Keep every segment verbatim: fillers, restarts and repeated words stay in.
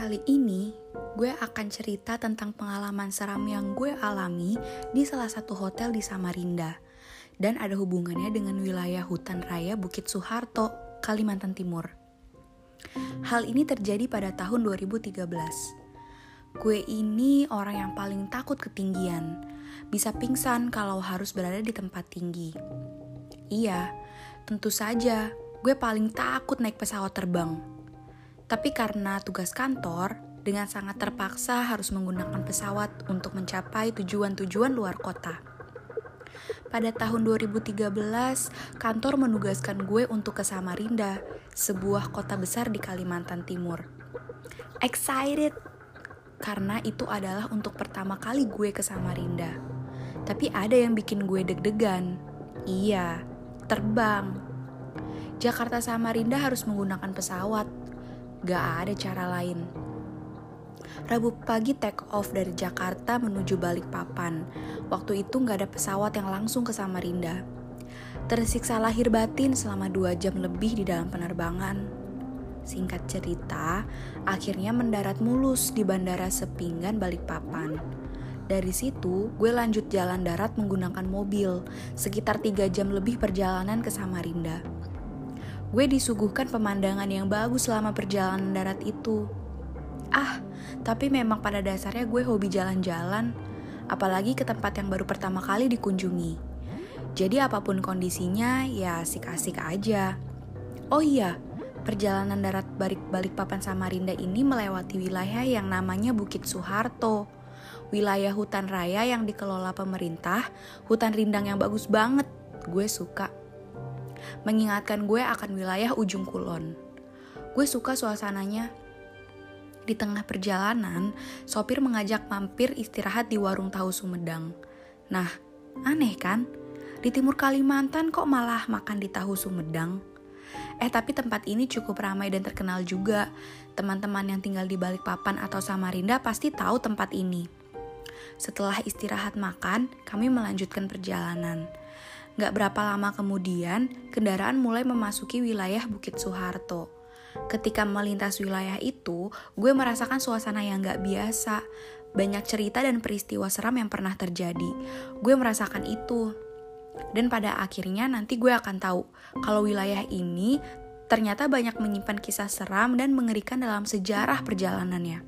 Kali ini, gue akan cerita tentang pengalaman seram yang gue alami di salah satu hotel di Samarinda. Dan ada hubungannya dengan wilayah hutan raya Bukit Suharto, Kalimantan Timur. Hal ini terjadi pada tahun dua ribu tiga belas. Gue ini orang yang paling takut ketinggian. Bisa pingsan kalau harus berada di tempat tinggi. Iya, tentu saja gue paling takut naik pesawat terbang. Tapi karena tugas kantor, dengan sangat terpaksa harus menggunakan pesawat untuk mencapai tujuan-tujuan luar kota. Pada tahun dua ribu tiga belas, kantor menugaskan gue untuk ke Samarinda, sebuah kota besar di Kalimantan Timur. Excited! Karena itu adalah untuk pertama kali gue ke Samarinda. Tapi ada yang bikin gue deg-degan. Iya, terbang. Jakarta Samarinda harus menggunakan pesawat. Gak ada cara lain. Rabu pagi take off dari Jakarta menuju Balikpapan. Waktu itu gak ada pesawat yang langsung ke Samarinda. Tersiksa lahir batin selama dua jam lebih di dalam penerbangan. Singkat cerita, akhirnya mendarat mulus di Bandara Sepinggan Balikpapan. Dari situ, gue lanjut jalan darat menggunakan mobil, sekitar tiga jam lebih perjalanan ke Samarinda. Gue disuguhkan pemandangan yang bagus selama perjalanan darat itu. Ah, tapi memang pada dasarnya gue hobi jalan-jalan, apalagi ke tempat yang baru pertama kali dikunjungi. Jadi apapun kondisinya, ya asik-asik aja. Oh iya, perjalanan darat Balikpapan Samarinda ini melewati wilayah yang namanya Bukit Suharto. Wilayah hutan raya yang dikelola pemerintah, hutan rindang yang bagus banget, gue suka. Mengingatkan gue akan wilayah ujung kulon. Gue suka suasananya. Di tengah perjalanan, sopir mengajak mampir istirahat di warung tahu Sumedang. Nah, aneh kan? Di timur Kalimantan kok malah makan di tahu Sumedang? Eh tapi tempat ini cukup ramai dan terkenal juga. Teman-teman yang tinggal di Balikpapan atau Samarinda pasti tahu tempat ini. Setelah istirahat makan, kami melanjutkan perjalanan. Gak berapa lama kemudian, kendaraan mulai memasuki wilayah Bukit Suharto. Ketika melintas wilayah itu, gue merasakan suasana yang gak biasa. Banyak cerita dan peristiwa seram yang pernah terjadi. Gue merasakan itu. Dan pada akhirnya nanti gue akan tahu kalau wilayah ini ternyata banyak menyimpan kisah seram dan mengerikan dalam sejarah perjalanannya.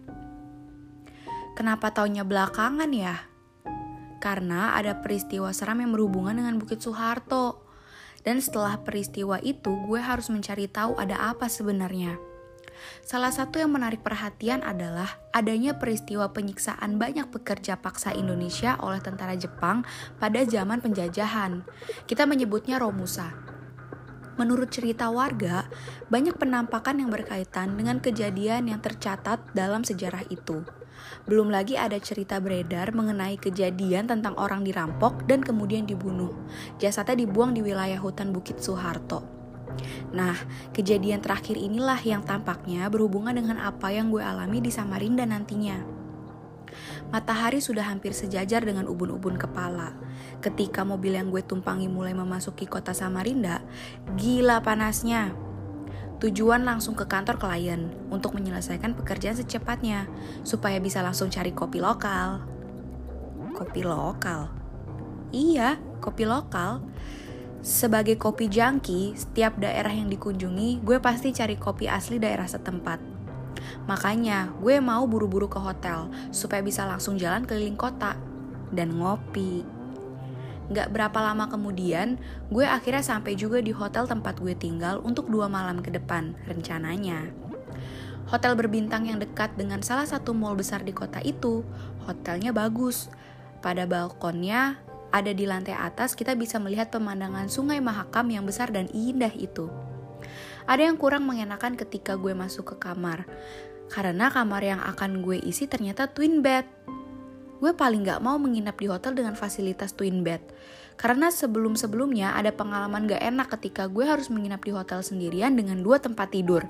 Kenapa taunya belakangan ya? Karena ada peristiwa seram yang berhubungan dengan Bukit Suharto. Dan setelah peristiwa itu, gue harus mencari tahu ada apa sebenarnya. Salah satu yang menarik perhatian adalah adanya peristiwa penyiksaan banyak pekerja paksa Indonesia oleh tentara Jepang pada zaman penjajahan. Kita menyebutnya Romusa. Menurut cerita warga, banyak penampakan yang berkaitan dengan kejadian yang tercatat dalam sejarah itu. Belum lagi ada cerita beredar mengenai kejadian tentang orang dirampok dan kemudian dibunuh. Jasadnya dibuang di wilayah hutan Bukit Suharto. Nah, kejadian terakhir inilah yang tampaknya berhubungan dengan apa yang gue alami di Samarinda nantinya. Matahari sudah hampir sejajar dengan ubun-ubun kepala. Ketika mobil yang gue tumpangi mulai memasuki kota Samarinda, gila panasnya. Tujuan langsung ke kantor klien untuk menyelesaikan pekerjaan secepatnya, supaya bisa langsung cari kopi lokal. Kopi lokal? Iya, kopi lokal. Sebagai kopi junkie, setiap daerah yang dikunjungi, gue pasti cari kopi asli daerah setempat. Makanya, gue mau buru-buru ke hotel, supaya bisa langsung jalan keliling kota dan ngopi. Gak berapa lama kemudian, gue akhirnya sampai juga di hotel tempat gue tinggal untuk dua malam ke depan, rencananya. Hotel berbintang yang dekat dengan salah satu mall besar di kota itu. Hotelnya bagus. Pada balkonnya, ada di lantai atas kita bisa melihat pemandangan Sungai Mahakam yang besar dan indah itu. Ada yang kurang mengenakan ketika gue masuk ke kamar. Karena kamar yang akan gue isi ternyata twin bed. Gue paling gak mau menginap di hotel dengan fasilitas twin bed. Karena sebelum-sebelumnya ada pengalaman gak enak ketika gue harus menginap di hotel sendirian dengan dua tempat tidur.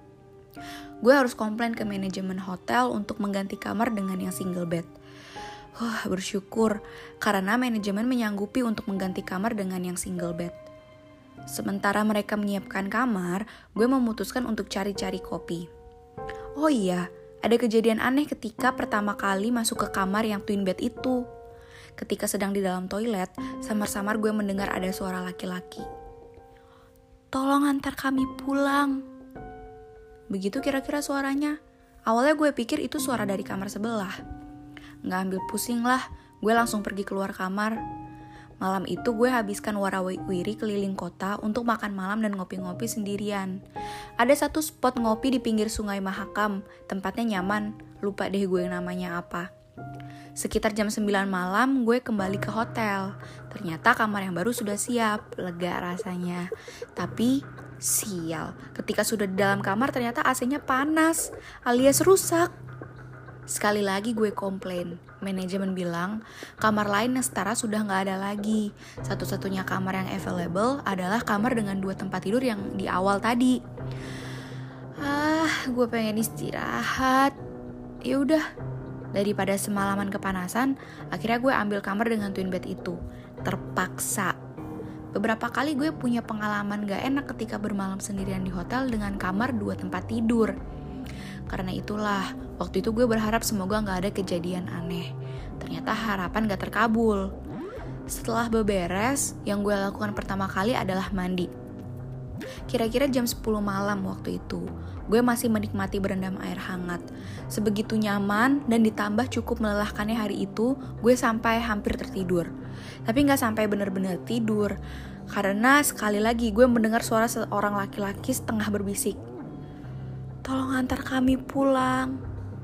Gue harus komplain ke manajemen hotel untuk mengganti kamar dengan yang single bed. Wah, bersyukur karena manajemen menyanggupi untuk mengganti kamar dengan yang single bed. Sementara mereka menyiapkan kamar, gue memutuskan untuk cari-cari kopi. Oh iya, Ada kejadian aneh ketika pertama kali masuk ke kamar yang twin bed itu. Ketika sedang di dalam toilet, samar-samar gue mendengar ada suara laki-laki. "Tolong antar kami pulang." Begitu kira-kira suaranya. Awalnya gue pikir itu suara dari kamar sebelah. Nggak ambil pusing lah, gue langsung pergi keluar kamar. Malam itu gue habiskan warawiri keliling kota untuk makan malam dan ngopi-ngopi sendirian. Ada satu spot ngopi di pinggir Sungai Mahakam, tempatnya nyaman, lupa deh gue namanya apa. Sekitar jam sembilan malam gue kembali ke hotel. Ternyata kamar yang baru sudah siap, lega rasanya. Tapi sial, ketika sudah di dalam kamar ternyata A C-nya panas, alias rusak. Sekali lagi gue komplain. Manajemen bilang kamar lain yang setara sudah gak ada lagi. Satu-satunya kamar yang available adalah kamar dengan dua tempat tidur yang di awal tadi. Ah, gue pengen istirahat. Ya udah, daripada semalaman kepanasan, akhirnya gue ambil kamar dengan twin bed itu. Terpaksa. Beberapa kali gue punya pengalaman gak enak ketika bermalam sendirian di hotel dengan kamar dua tempat tidur. Karena itulah, waktu itu gue berharap semoga gak ada kejadian aneh. Ternyata harapan gak terkabul. Setelah beberes, yang gue lakukan pertama kali adalah mandi. Kira-kira jam sepuluh malam waktu itu, gue masih menikmati berendam air hangat. Sebegitu nyaman dan ditambah cukup melelahkannya hari itu, gue sampai hampir tertidur. Tapi gak sampai benar-benar tidur, karena sekali lagi gue mendengar suara seorang laki-laki setengah berbisik. "Tolong antar kami pulang."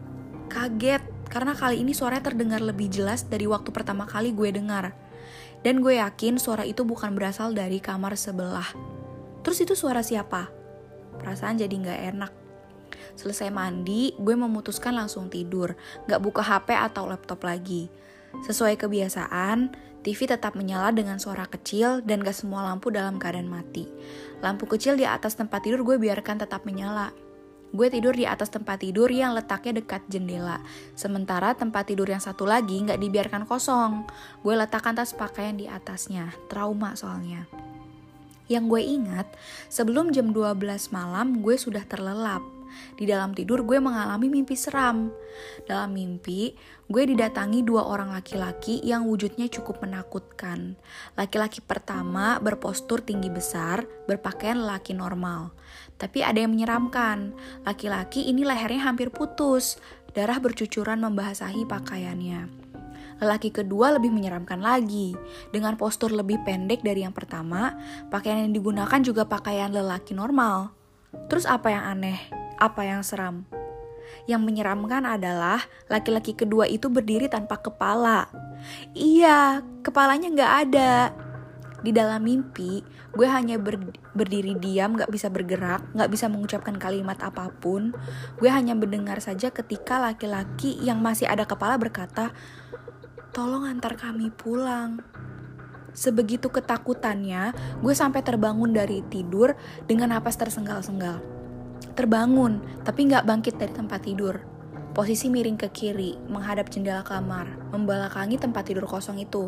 Kaget, karena kali ini suaranya terdengar lebih jelas dari waktu pertama kali gue dengar. Dan gue yakin suara itu bukan berasal dari kamar sebelah. Terus itu suara siapa? Perasaan jadi gak enak. Selesai mandi, gue memutuskan langsung tidur, gak buka H P atau laptop lagi. Sesuai kebiasaan, T V tetap menyala dengan suara kecil dan gak semua lampu dalam keadaan mati. Lampu kecil di atas tempat tidur gue biarkan tetap menyala. Gue tidur di atas tempat tidur yang letaknya dekat jendela. Sementara tempat tidur yang satu lagi gak dibiarkan kosong. Gue letakkan tas pakaian di atasnya. Trauma soalnya. Yang gue ingat, sebelum jam dua belas malam gue sudah terlelap. Di dalam tidur gue mengalami mimpi seram. Dalam mimpi, gue didatangi dua orang laki-laki yang wujudnya cukup menakutkan. Laki-laki pertama berpostur tinggi besar, berpakaian lelaki normal. Tapi ada yang menyeramkan. Laki-laki ini lehernya hampir putus, darah bercucuran membasahi pakaiannya. Lelaki kedua lebih menyeramkan lagi. Dengan postur lebih pendek dari yang pertama, pakaian yang digunakan juga pakaian lelaki normal. Terus apa yang aneh? Apa yang seram? Yang menyeramkan adalah laki-laki kedua itu berdiri tanpa kepala. Iya, kepalanya gak ada. Di dalam mimpi, gue hanya ber- berdiri diam, gak bisa bergerak, gak bisa mengucapkan kalimat apapun. Gue hanya mendengar saja ketika laki-laki yang masih ada kepala berkata, "Tolong antar kami pulang." Sebegitu ketakutannya, gue sampai terbangun dari tidur dengan napas tersenggal-senggal. Terbangun, tapi gak bangkit dari tempat tidur. Posisi miring ke kiri, menghadap jendela kamar, membelakangi tempat tidur kosong itu.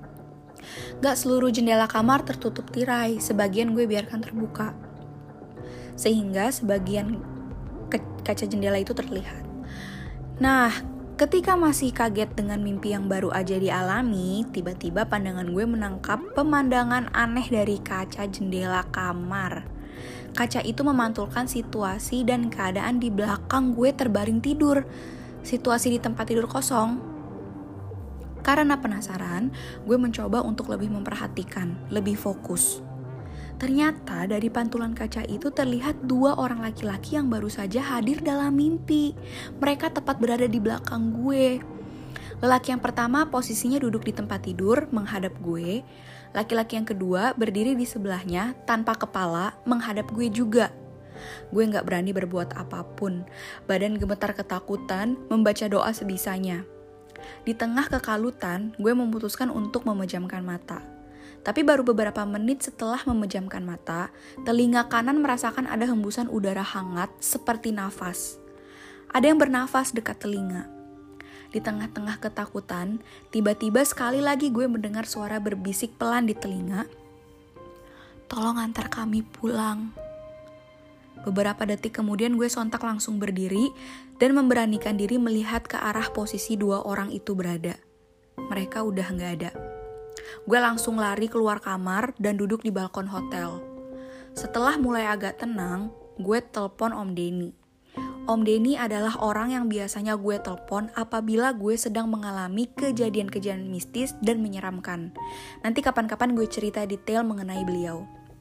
Gak seluruh jendela kamar tertutup tirai, sebagian gue biarkan terbuka. Sehingga sebagian ke- kaca jendela itu terlihat. Nah, ketika masih kaget dengan mimpi yang baru aja dialami, tiba-tiba pandangan gue menangkap pemandangan aneh dari kaca jendela kamar. Kaca itu memantulkan situasi dan keadaan di belakang gue terbaring tidur. Situasi di tempat tidur kosong. Karena penasaran, gue mencoba untuk lebih memperhatikan, lebih fokus. Ternyata dari pantulan kaca itu terlihat dua orang laki-laki yang baru saja hadir dalam mimpi. Mereka tepat berada di belakang gue. Lelaki yang pertama posisinya duduk di tempat tidur menghadap gue. Laki-laki yang kedua berdiri di sebelahnya tanpa kepala menghadap gue juga. Gue gak berani berbuat apapun. Badan gemetar ketakutan membaca doa sebisanya. Di tengah kekalutan, gue memutuskan untuk memejamkan mata. Tapi baru beberapa menit setelah memejamkan mata, telinga kanan merasakan ada hembusan udara hangat seperti nafas. Ada yang bernafas dekat telinga. Di tengah-tengah ketakutan, tiba-tiba sekali lagi gue mendengar suara berbisik pelan di telinga. "Tolong antar kami pulang." Beberapa detik kemudian gue sontak langsung berdiri dan memberanikan diri melihat ke arah posisi dua orang itu berada. Mereka udah gak ada. Gue langsung lari keluar kamar dan duduk di balkon hotel. Setelah mulai agak tenang, gue telepon Om Denny. Om Denny adalah orang yang biasanya gue telepon apabila gue sedang mengalami kejadian-kejadian mistis dan menyeramkan. Nanti kapan-kapan gue cerita detail mengenai beliau.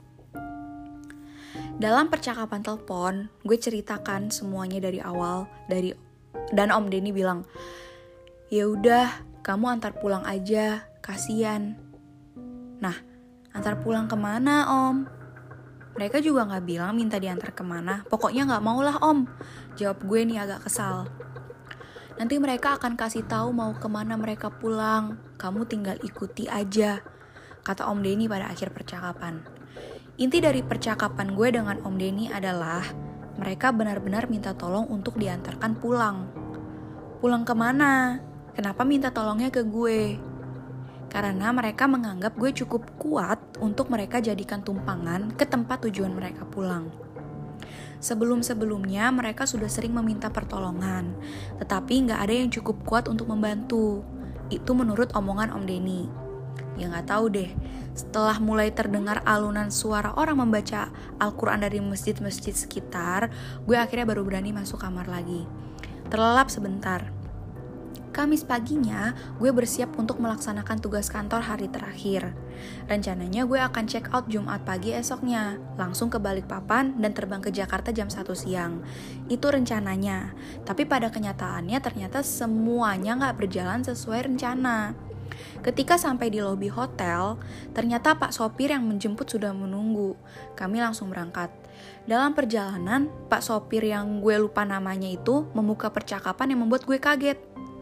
Dalam percakapan telepon, gue ceritakan semuanya dari awal, dari dan Om Denny bilang, "Ya udah, kamu antar pulang aja, kasian." Nah, antar pulang kemana, Om? Mereka juga gak bilang minta diantar kemana. Pokoknya gak maulah, Om. Jawab gue nih agak kesal. Nanti mereka akan kasih tahu mau kemana mereka pulang. Kamu tinggal ikuti aja, kata Om Denny pada akhir percakapan. Inti dari percakapan gue dengan Om Denny adalah mereka benar-benar minta tolong untuk diantarkan pulang. Pulang kemana? Kenapa minta tolongnya ke gue? Karena mereka menganggap gue cukup kuat untuk mereka jadikan tumpangan ke tempat tujuan mereka pulang. Sebelum-sebelumnya mereka sudah sering meminta pertolongan, tetapi gak ada yang cukup kuat untuk membantu. Itu menurut omongan Om Denny. Ya gak tahu deh, setelah mulai terdengar alunan suara orang membaca Al-Quran dari masjid-masjid sekitar, gue akhirnya baru berani masuk kamar lagi. Terlelap sebentar. Kamis paginya, gue bersiap untuk melaksanakan tugas kantor hari terakhir. Rencananya gue akan check out Jumat pagi esoknya, langsung ke Balikpapan dan terbang ke Jakarta jam satu siang. Itu rencananya, tapi pada kenyataannya ternyata semuanya gak berjalan sesuai rencana. Ketika sampai di lobi hotel, ternyata Pak Sopir yang menjemput sudah menunggu. Kami langsung berangkat. Dalam perjalanan, Pak Sopir yang gue lupa namanya itu membuka percakapan yang membuat gue kaget.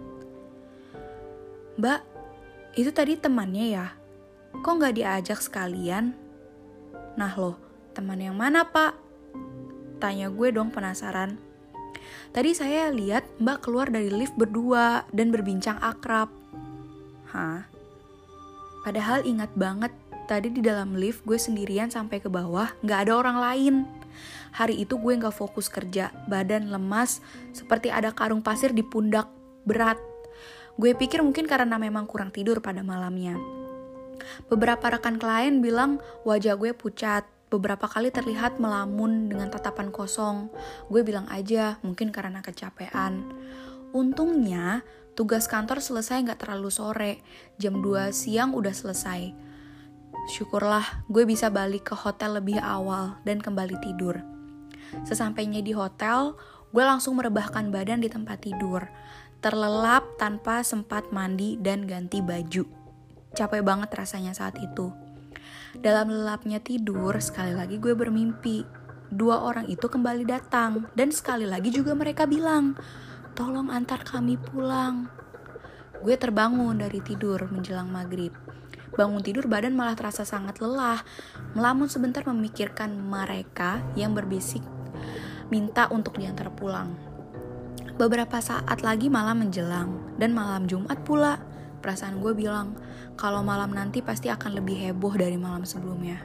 "Mbak, itu tadi temannya ya? Kok gak diajak sekalian?" "Nah loh, teman yang mana, Pak?" Tanya gue dong penasaran. "Tadi saya lihat Mbak keluar dari lift berdua dan berbincang akrab." "Hah?" Padahal ingat banget, tadi di dalam lift gue sendirian sampai ke bawah, gak ada orang lain. Hari itu gue gak fokus kerja, badan lemas, seperti ada karung pasir di pundak, berat. Gue pikir mungkin karena memang kurang tidur pada malamnya. Beberapa rekan klien bilang wajah gue pucat, beberapa kali terlihat melamun dengan tatapan kosong. Gue bilang aja mungkin karena kecapean. Untungnya tugas kantor selesai gak terlalu sore, jam dua siang udah selesai. Syukurlah gue bisa balik ke hotel lebih awal dan kembali tidur. Sesampainya di hotel, gue langsung merebahkan badan di tempat tidur. Terlelap tanpa sempat mandi dan ganti baju. Capek banget rasanya saat itu. Dalam lelapnya tidur, sekali lagi gue bermimpi. Dua orang itu kembali datang, dan sekali lagi juga mereka bilang, "Tolong antar kami pulang." Gue terbangun dari tidur menjelang maghrib. Bangun tidur badan malah terasa sangat lelah. Melamun sebentar memikirkan mereka yang berbisik minta untuk diantar pulang. Beberapa saat lagi malam menjelang, dan malam Jumat pula. Perasaan gue bilang, kalau malam nanti pasti akan lebih heboh dari malam sebelumnya.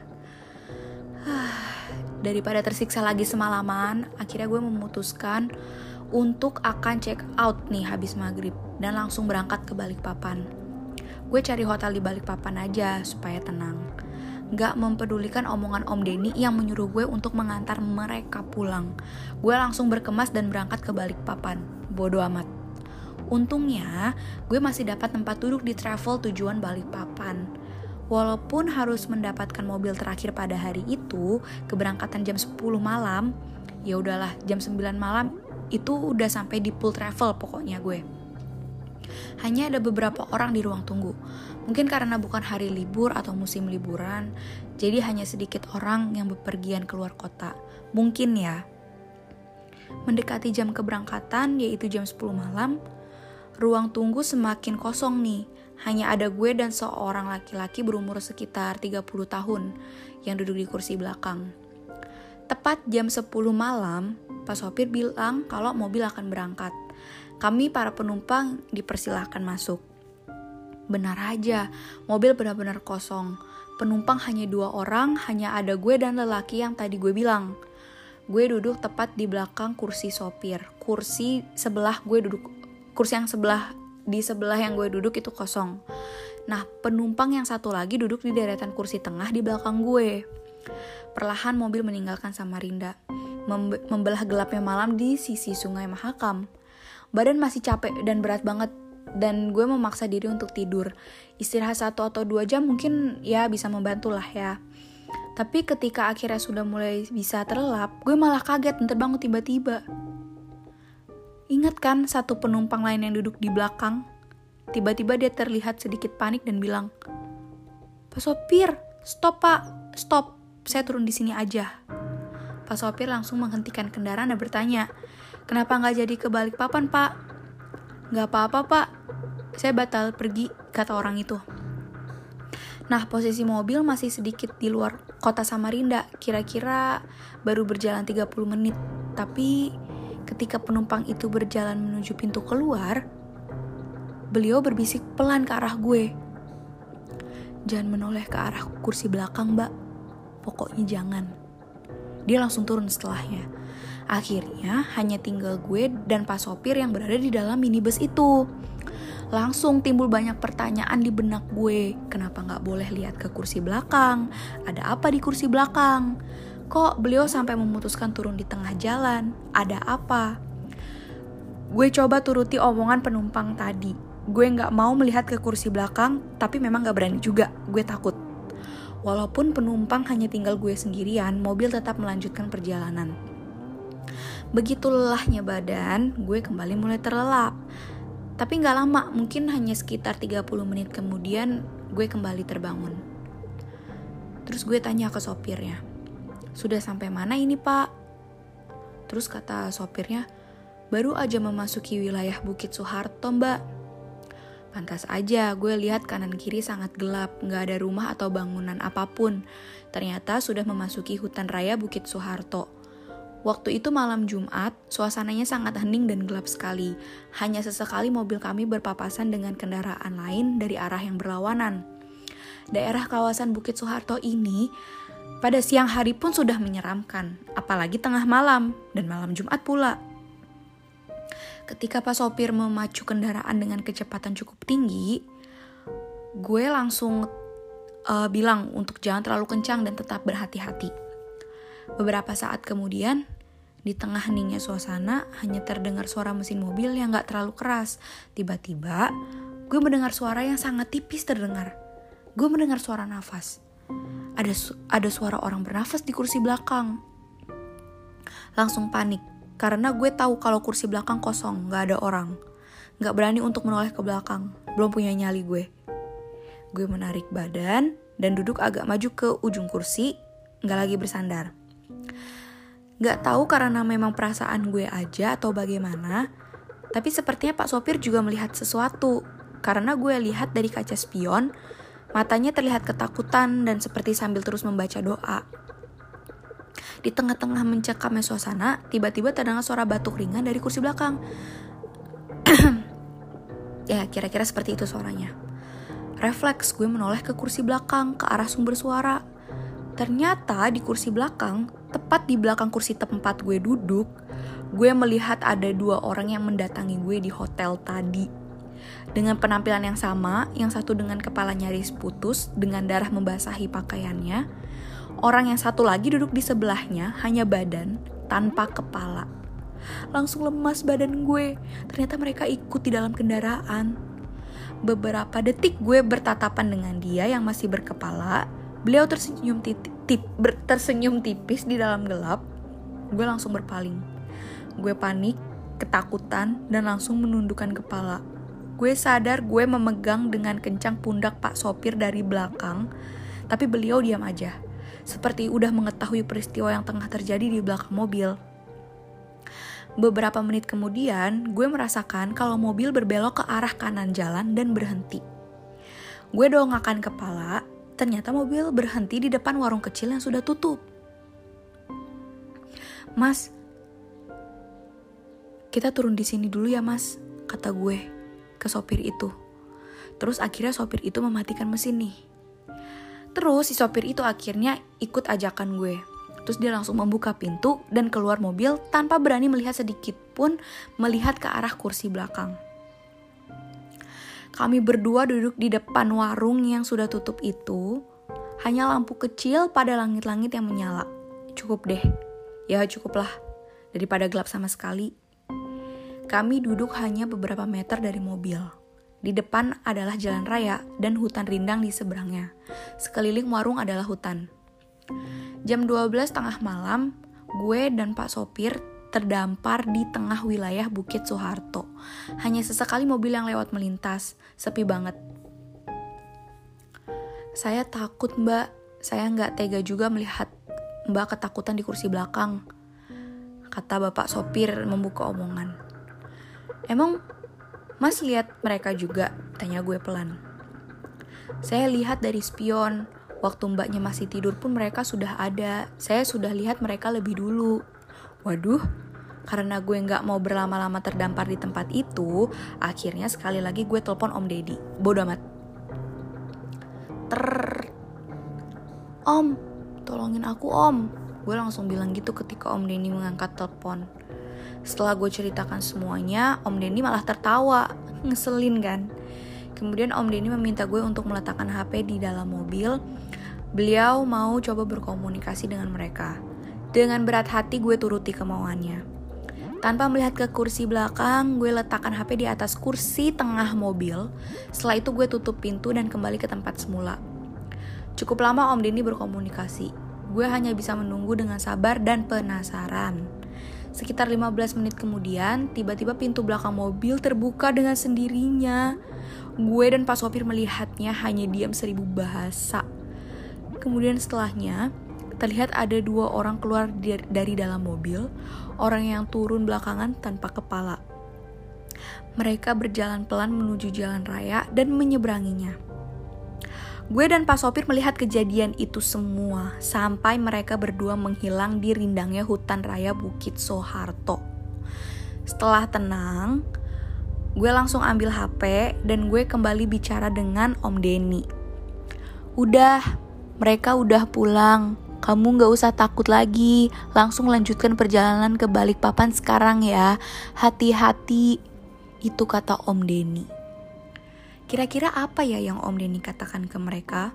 Daripada tersiksa lagi semalaman, akhirnya gue memutuskan untuk akan check out nih habis maghrib, dan langsung berangkat ke Balikpapan. Gue cari hotel di Balikpapan aja, supaya tenang. Gak mempedulikan omongan Om Denny yang menyuruh gue untuk mengantar mereka pulang. Gue langsung berkemas dan berangkat ke Balikpapan. Bodo amat. Untungnya, gue masih dapat tempat duduk di travel tujuan Balikpapan. Walaupun harus mendapatkan mobil terakhir pada hari itu, keberangkatan jam sepuluh malam, ya udahlah, jam sembilan malam itu udah sampai di pool travel pokoknya gue. Hanya ada beberapa orang di ruang tunggu. Mungkin karena bukan hari libur atau musim liburan, jadi hanya sedikit orang yang bepergian keluar kota. Mungkin ya. Mendekati jam keberangkatan, yaitu jam sepuluh malam, ruang tunggu semakin kosong nih. Hanya ada gue dan seorang laki-laki berumur sekitar tiga puluh tahun yang duduk di kursi belakang. Tepat jam sepuluh malam, Pak Sopir bilang kalau mobil akan berangkat. Kami para penumpang dipersilahkan masuk. Benar aja, mobil benar-benar kosong. Penumpang hanya dua orang, hanya ada gue dan lelaki yang tadi gue bilang. Gue duduk tepat di belakang kursi sopir. Kursi sebelah gue duduk, kursi yang sebelah di sebelah yang gue duduk itu kosong. Nah, penumpang yang satu lagi duduk di deretan kursi tengah di belakang gue. Perlahan mobil meninggalkan Samarinda, Mem- membelah gelapnya malam di sisi Sungai Mahakam. Badan masih capek dan berat banget, dan gue memaksa diri untuk tidur. Istirahat satu atau dua jam mungkin ya bisa membantu lah ya. Tapi ketika akhirnya sudah mulai bisa terlelap, gue malah kaget dan terbangun tiba-tiba. Ingat kan satu penumpang lain yang duduk di belakang? Tiba-tiba dia terlihat sedikit panik dan bilang, "Pak sopir, stop pak, stop, saya turun di sini aja." Pak sopir langsung menghentikan kendaraan dan bertanya, "Kenapa nggak jadi ke Balikpapan pak?" "Nggak apa-apa pak, saya batal pergi," kata orang itu. Nah, posisi mobil masih sedikit di luar kota Samarinda, kira-kira baru berjalan tiga puluh menit. Tapi ketika penumpang itu berjalan menuju pintu keluar, beliau berbisik pelan ke arah gue. "Jangan menoleh ke arah kursi belakang, mbak. Pokoknya jangan." Dia langsung turun setelahnya. Akhirnya hanya tinggal gue dan Pak sopir yang berada di dalam minibus itu. Langsung timbul banyak pertanyaan di benak gue. Kenapa gak boleh lihat ke kursi belakang? Ada apa di kursi belakang? Kok beliau sampai memutuskan turun di tengah jalan? Ada apa? Gue coba turuti omongan penumpang tadi. Gue gak mau melihat ke kursi belakang, tapi memang gak berani juga. Gue takut. Walaupun penumpang hanya tinggal gue sendirian, mobil tetap melanjutkan perjalanan. Begitu lelahnya badan, gue kembali mulai terlelap. Tapi gak lama, mungkin hanya sekitar tiga puluh menit kemudian gue kembali terbangun. Terus gue tanya ke sopirnya, "Sudah sampai mana ini pak?" Terus kata sopirnya, "Baru aja memasuki wilayah Bukit Suharto mbak." Pantas aja, gue lihat kanan kiri sangat gelap, gak ada rumah atau bangunan apapun. Ternyata sudah memasuki hutan raya Bukit Suharto. Waktu itu malam Jumat, suasananya sangat hening dan gelap sekali. Hanya sesekali mobil kami berpapasan dengan kendaraan lain dari arah yang berlawanan. Daerah kawasan Bukit Suharto ini pada siang hari pun sudah menyeramkan, apalagi tengah malam dan malam Jumat pula. Ketika Pak sopir memacu kendaraan dengan kecepatan cukup tinggi, gue langsung uh, bilang untuk jangan terlalu kencang dan tetap berhati-hati. Beberapa saat kemudian, di tengah heningnya suasana, hanya terdengar suara mesin mobil yang gak terlalu keras. Tiba-tiba, gue mendengar suara yang sangat tipis terdengar. Gue mendengar suara nafas. Ada, su- ada suara orang bernafas di kursi belakang. Langsung panik, karena gue tahu kalau kursi belakang kosong, gak ada orang. Gak berani untuk menoleh ke belakang, belum punya nyali gue. Gue menarik badan dan duduk agak maju ke ujung kursi, gak lagi bersandar. Gak tahu karena memang perasaan gue aja atau bagaimana, tapi sepertinya Pak sopir juga melihat sesuatu. Karena gue lihat dari kaca spion, matanya terlihat ketakutan dan seperti sambil terus membaca doa. Di tengah-tengah mencekamnya suasana, tiba-tiba terdengar suara batuk ringan dari kursi belakang. Ya, kira-kira seperti itu suaranya. Refleks gue menoleh ke kursi belakang, ke arah sumber suara. Ternyata di kursi belakang, tepat di belakang kursi tempat gue duduk, gue melihat ada dua orang yang mendatangi gue di hotel tadi. Dengan penampilan yang sama, yang satu dengan kepala nyaris putus, dengan darah membasahi pakaiannya. Orang yang satu lagi duduk di sebelahnya, hanya badan, tanpa kepala. Langsung lemas badan gue, ternyata mereka ikut di dalam kendaraan. Beberapa detik gue bertatapan dengan dia yang masih berkepala. Beliau tersenyum, tip, tip, ber, tersenyum tipis di dalam gelap. Gue langsung berpaling. Gue panik, ketakutan, dan langsung menundukkan kepala. Gue sadar gue memegang dengan kencang pundak Pak sopir dari belakang, tapi beliau diam aja. Seperti udah mengetahui peristiwa yang tengah terjadi di belakang mobil. Beberapa menit kemudian, gue merasakan kalau mobil berbelok ke arah kanan jalan dan berhenti. Gue dongakkan kepala. Ternyata mobil berhenti di depan warung kecil yang sudah tutup. "Mas, kita turun di sini dulu ya mas," kata gue ke sopir itu. Terus akhirnya sopir itu mematikan mesin nih. Terus si sopir itu akhirnya ikut ajakan gue. Terus dia langsung membuka pintu dan keluar mobil tanpa berani melihat sedikit pun melihat ke arah kursi belakang. Kami berdua duduk di depan warung yang sudah tutup itu. Hanya lampu kecil pada langit-langit yang menyala. Cukup deh. Ya cukuplah. Daripada gelap sama sekali. Kami duduk hanya beberapa meter dari mobil. Di depan adalah jalan raya dan hutan rindang di seberangnya. Sekeliling warung adalah hutan. Jam dua belas tengah malam, gue dan Pak Sopir terdampar di tengah wilayah Bukit Soeharto. Hanya sesekali mobil yang lewat melintas, sepi banget. Saya takut mbak, saya gak tega juga melihat mbak ketakutan di kursi belakang, kata Bapak Sopir membuka omongan. Emang mas lihat mereka juga? Tanya gue pelan. Saya lihat dari spion. Waktu mbaknya masih tidur pun mereka sudah ada. Saya sudah lihat mereka lebih dulu. Waduh, karena gue gak mau berlama-lama terdampar di tempat itu, akhirnya sekali lagi gue telepon Om Deddy. Bodoh amat. Ter, Om, tolongin aku om. Gue langsung bilang gitu ketika Om Denny mengangkat telepon. Setelah gue ceritakan semuanya, Om Denny malah tertawa. Ngeselin kan? Kemudian Om Denny meminta gue untuk meletakkan H P di dalam mobil. Beliau mau coba berkomunikasi dengan mereka. Dengan berat hati gue turuti kemauannya. Tanpa melihat ke kursi belakang, gue letakkan H P di atas kursi tengah mobil. Setelah itu gue tutup pintu dan kembali ke tempat semula. Cukup lama Om Denny berkomunikasi. Gue hanya bisa menunggu dengan sabar dan penasaran. Sekitar lima belas menit kemudian, tiba-tiba pintu belakang mobil terbuka dengan sendirinya. Gue dan Pak Sopir melihatnya hanya diam seribu bahasa. Kemudian setelahnya, terlihat ada dua orang keluar dari dalam mobil, orang yang turun belakangan tanpa kepala. Mereka berjalan pelan menuju jalan raya dan menyeberanginya. Gue dan Pak Sopir melihat kejadian itu semua, sampai mereka berdua menghilang di rindangnya hutan raya Bukit Soeharto. Setelah tenang, gue langsung ambil H P dan gue kembali bicara dengan Om Denny. Udah, mereka udah pulang. Kamu gak usah takut lagi, langsung lanjutkan perjalanan ke Balikpapan sekarang ya. Hati-hati, itu kata Om Denny. Kira-kira apa ya yang Om Denny katakan ke mereka?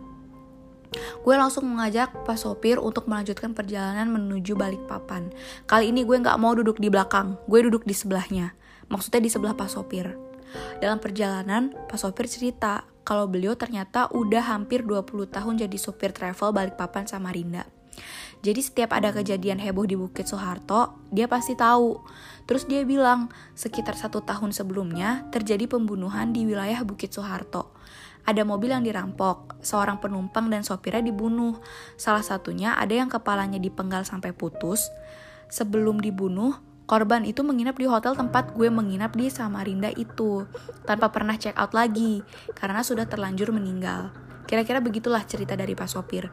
Gue langsung mengajak Pak Sopir untuk melanjutkan perjalanan menuju Balikpapan. Kali ini gue gak mau duduk di belakang, gue duduk di sebelahnya. Maksudnya di sebelah Pak Sopir. Dalam perjalanan, Pak Sopir cerita kalau beliau ternyata udah hampir dua puluh tahun jadi sopir travel Balikpapan Samarinda. Jadi setiap ada kejadian heboh di Bukit Soeharto, dia pasti tahu. Terus dia bilang, sekitar satu tahun sebelumnya terjadi pembunuhan di wilayah Bukit Soeharto. Ada mobil yang dirampok, seorang penumpang dan sopirnya dibunuh. Salah satunya ada yang kepalanya dipenggal sampai putus. Sebelum dibunuh, korban itu menginap di hotel tempat gue menginap di Samarinda itu, tanpa pernah check out lagi, karena sudah terlanjur meninggal. Kira-kira begitulah cerita dari Pak Sopir.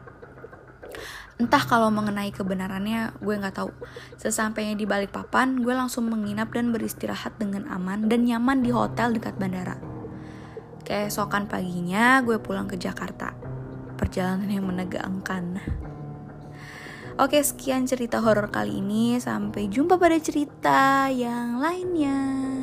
Entah kalau mengenai kebenarannya, gue gak tahu. Sesampainya di Balikpapan, gue langsung menginap dan beristirahat dengan aman dan nyaman di hotel dekat bandara. Keesokan paginya, gue pulang ke Jakarta. Perjalanan yang menegangkan. Oke, sekian cerita horor kali ini. Sampai jumpa pada cerita yang lainnya.